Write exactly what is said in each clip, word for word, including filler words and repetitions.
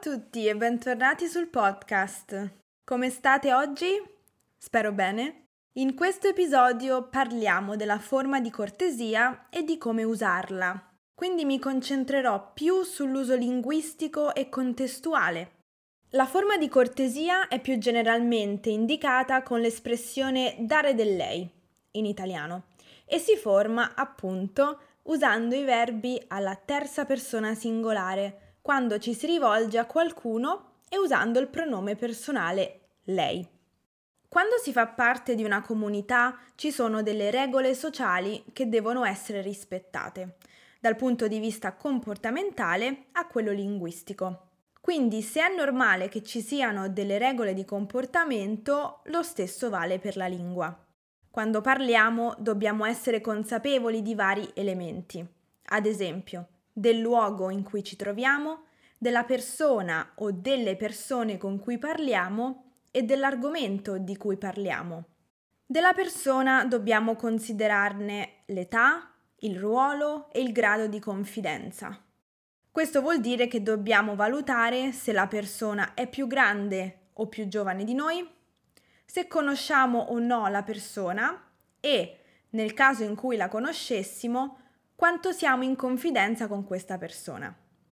tutti e bentornati sul podcast. Come state oggi? Spero bene. In questo episodio parliamo della forma di cortesia e di come usarla. Quindi mi concentrerò più sull'uso linguistico e contestuale. La forma di cortesia è più generalmente indicata con l'espressione dare del lei, in italiano, e si forma appunto usando i verbi alla terza persona singolare, quando ci si rivolge a qualcuno e usando il pronome personale lei. Quando si fa parte di una comunità ci sono delle regole sociali che devono essere rispettate, dal punto di vista comportamentale a quello linguistico. Quindi se è normale che ci siano delle regole di comportamento, lo stesso vale per la lingua. Quando parliamo dobbiamo essere consapevoli di vari elementi, ad esempio del luogo in cui ci troviamo, della persona o delle persone con cui parliamo e dell'argomento di cui parliamo. Della persona dobbiamo considerarne l'età, il ruolo e il grado di confidenza. Questo vuol dire che dobbiamo valutare se la persona è più grande o più giovane di noi, se conosciamo o no la persona e, nel caso in cui la conoscessimo, quanto siamo in confidenza con questa persona.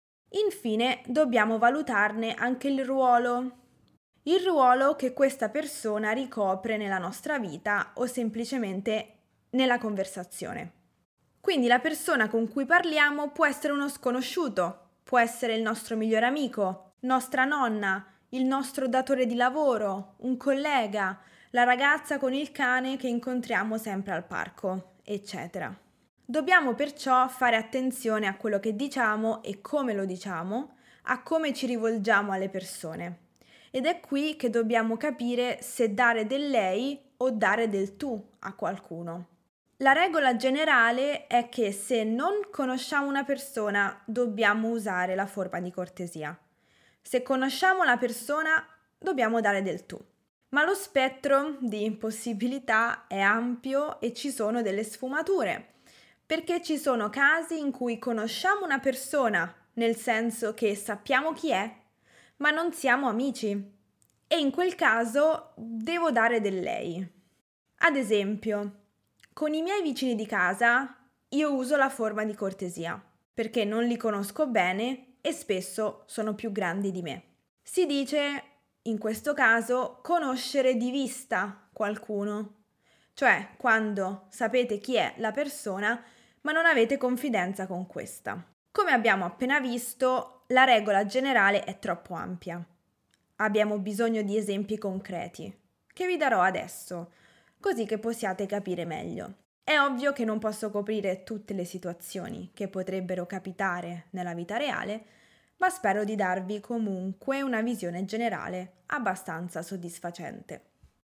Infine, dobbiamo valutarne anche il ruolo. Il ruolo che questa persona ricopre nella nostra vita o semplicemente nella conversazione. Quindi la persona con cui parliamo può essere uno sconosciuto, può essere il nostro migliore amico, nostra nonna, il nostro datore di lavoro, un collega, la ragazza con il cane che incontriamo sempre al parco, eccetera. Dobbiamo perciò fare attenzione a quello che diciamo e come lo diciamo, a come ci rivolgiamo alle persone. Ed è qui che dobbiamo capire se dare del lei o dare del tu a qualcuno. La regola generale è che se non conosciamo una persona dobbiamo usare la forma di cortesia. Se conosciamo la persona dobbiamo dare del tu. Ma lo spettro di possibilità è ampio e ci sono delle sfumature, perché ci sono casi in cui conosciamo una persona, nel senso che sappiamo chi è, ma non siamo amici. E in quel caso devo dare del lei. Ad esempio, con i miei vicini di casa io uso la forma di cortesia, perché non li conosco bene e spesso sono più grandi di me. Si dice, in questo caso, conoscere di vista qualcuno, cioè quando sapete chi è la persona ma non avete confidenza con questa. Come abbiamo appena visto, la regola generale è troppo ampia. Abbiamo bisogno di esempi concreti, che vi darò adesso, così che possiate capire meglio. È ovvio che non posso coprire tutte le situazioni che potrebbero capitare nella vita reale, ma spero di darvi comunque una visione generale abbastanza soddisfacente.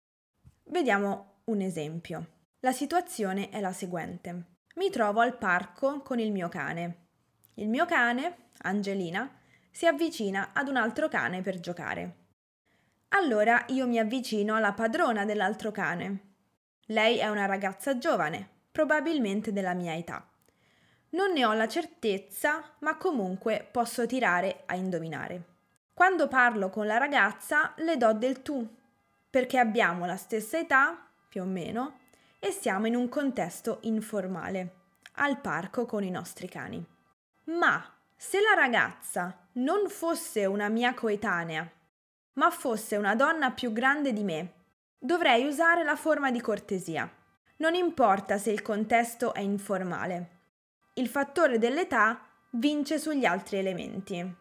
Vediamo un esempio. La situazione è la seguente. Mi trovo al parco con il mio cane. Il mio cane, Angelina, si avvicina ad un altro cane per giocare. Allora io mi avvicino alla padrona dell'altro cane. Lei è una ragazza giovane, probabilmente della mia età. Non ne ho la certezza, ma comunque posso tirare a indovinare. Quando parlo con la ragazza le do del tu, perché abbiamo la stessa età, più o meno, e siamo in un contesto informale, al parco con i nostri cani. Ma se la ragazza non fosse una mia coetanea, ma fosse una donna più grande di me, dovrei usare la forma di cortesia. Non importa se il contesto è informale. Il fattore dell'età vince sugli altri elementi.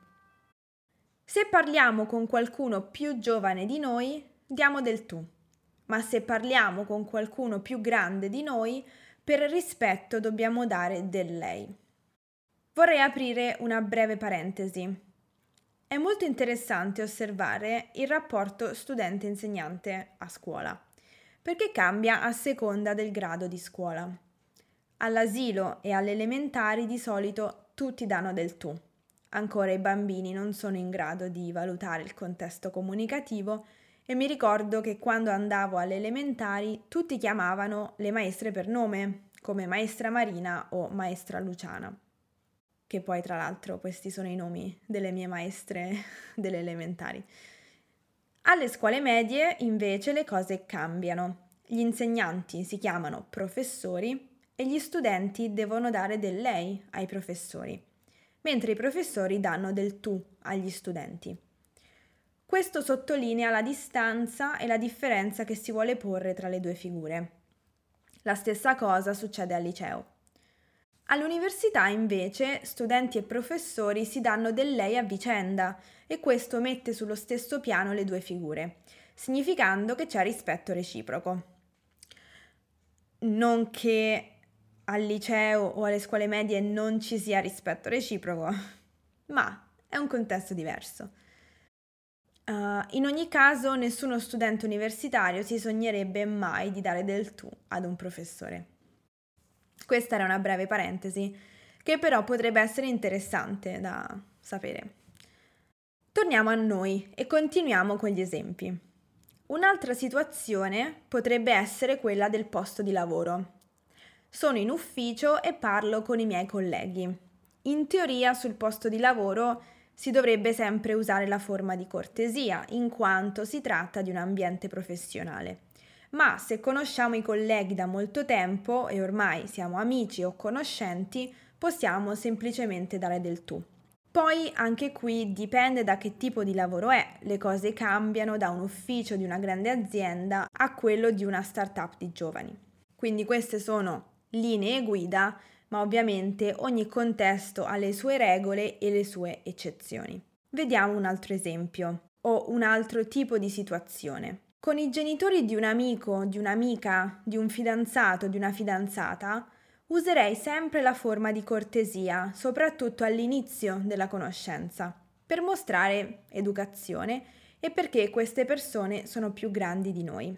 Se parliamo con qualcuno più giovane di noi, diamo del tu. Ma se parliamo con qualcuno più grande di noi, per rispetto dobbiamo dare del lei. Vorrei aprire una breve parentesi. È molto interessante osservare il rapporto studente-insegnante a scuola, perché cambia a seconda del grado di scuola. All'asilo e alle elementari di solito tutti danno del tu. Ancora i bambini non sono in grado di valutare il contesto comunicativo e mi ricordo che quando andavo alle elementari tutti chiamavano le maestre per nome, come maestra Marina o maestra Luciana. che poi tra l'altro questi sono i nomi delle mie maestre delle elementari. Alle scuole medie invece le cose cambiano. Gli insegnanti si chiamano professori e gli studenti devono dare del lei ai professori, mentre i professori danno del tu agli studenti. Questo sottolinea la distanza e la differenza che si vuole porre tra le due figure. La stessa cosa succede al liceo. All'università invece studenti e professori si danno del lei a vicenda e questo mette sullo stesso piano le due figure, significando che c'è rispetto reciproco. Non che al liceo o alle scuole medie non ci sia rispetto reciproco, ma è un contesto diverso. Uh, in ogni caso, nessuno studente universitario si sognerebbe mai di dare del tu ad un professore. Questa era una breve parentesi, che però potrebbe essere interessante da sapere. Torniamo a noi e continuiamo con gli esempi. Un'altra situazione potrebbe essere quella del posto di lavoro. Sono in ufficio e parlo con i miei colleghi. In teoria, sul posto di lavoro si dovrebbe sempre usare la forma di cortesia, in quanto si tratta di un ambiente professionale. Ma se conosciamo i colleghi da molto tempo e ormai siamo amici o conoscenti, possiamo semplicemente dare del tu. Poi anche qui dipende da che tipo di lavoro è, le cose cambiano da un ufficio di una grande azienda a quello di una startup di giovani. Quindi queste sono linee guida, ma ovviamente ogni contesto ha le sue regole e le sue eccezioni. Vediamo un altro esempio o un altro tipo di situazione. Con i genitori di un amico, di un'amica, di un fidanzato, di una fidanzata, userei sempre la forma di cortesia, soprattutto all'inizio della conoscenza, per mostrare educazione e perché queste persone sono più grandi di noi.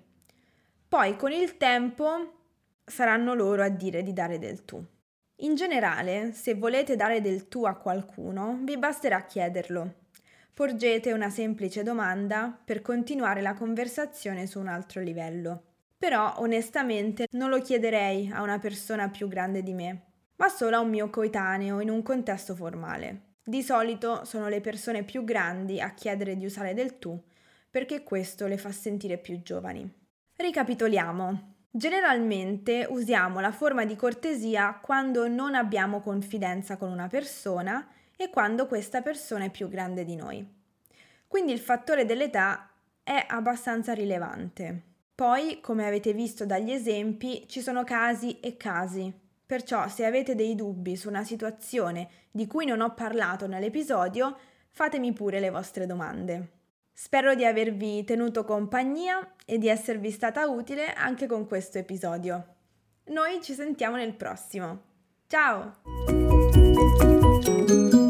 Poi con il tempo saranno loro a dire di dare del tu. In generale, se volete dare del tu a qualcuno, vi basterà chiederlo. Porgete una semplice domanda per continuare la conversazione su un altro livello. Però, onestamente, non lo chiederei a una persona più grande di me, ma solo a un mio coetaneo in un contesto formale. Di solito sono le persone più grandi a chiedere di usare del tu, perché questo le fa sentire più giovani. Ricapitoliamo. Generalmente usiamo la forma di cortesia quando non abbiamo confidenza con una persona e quando questa persona è più grande di noi. Quindi il fattore dell'età è abbastanza rilevante. Poi, come avete visto dagli esempi, ci sono casi e casi. Perciò se avete dei dubbi su una situazione di cui non ho parlato nell'episodio, fatemi pure le vostre domande. Spero di avervi tenuto compagnia e di esservi stata utile anche con questo episodio. Noi ci sentiamo nel prossimo. Ciao!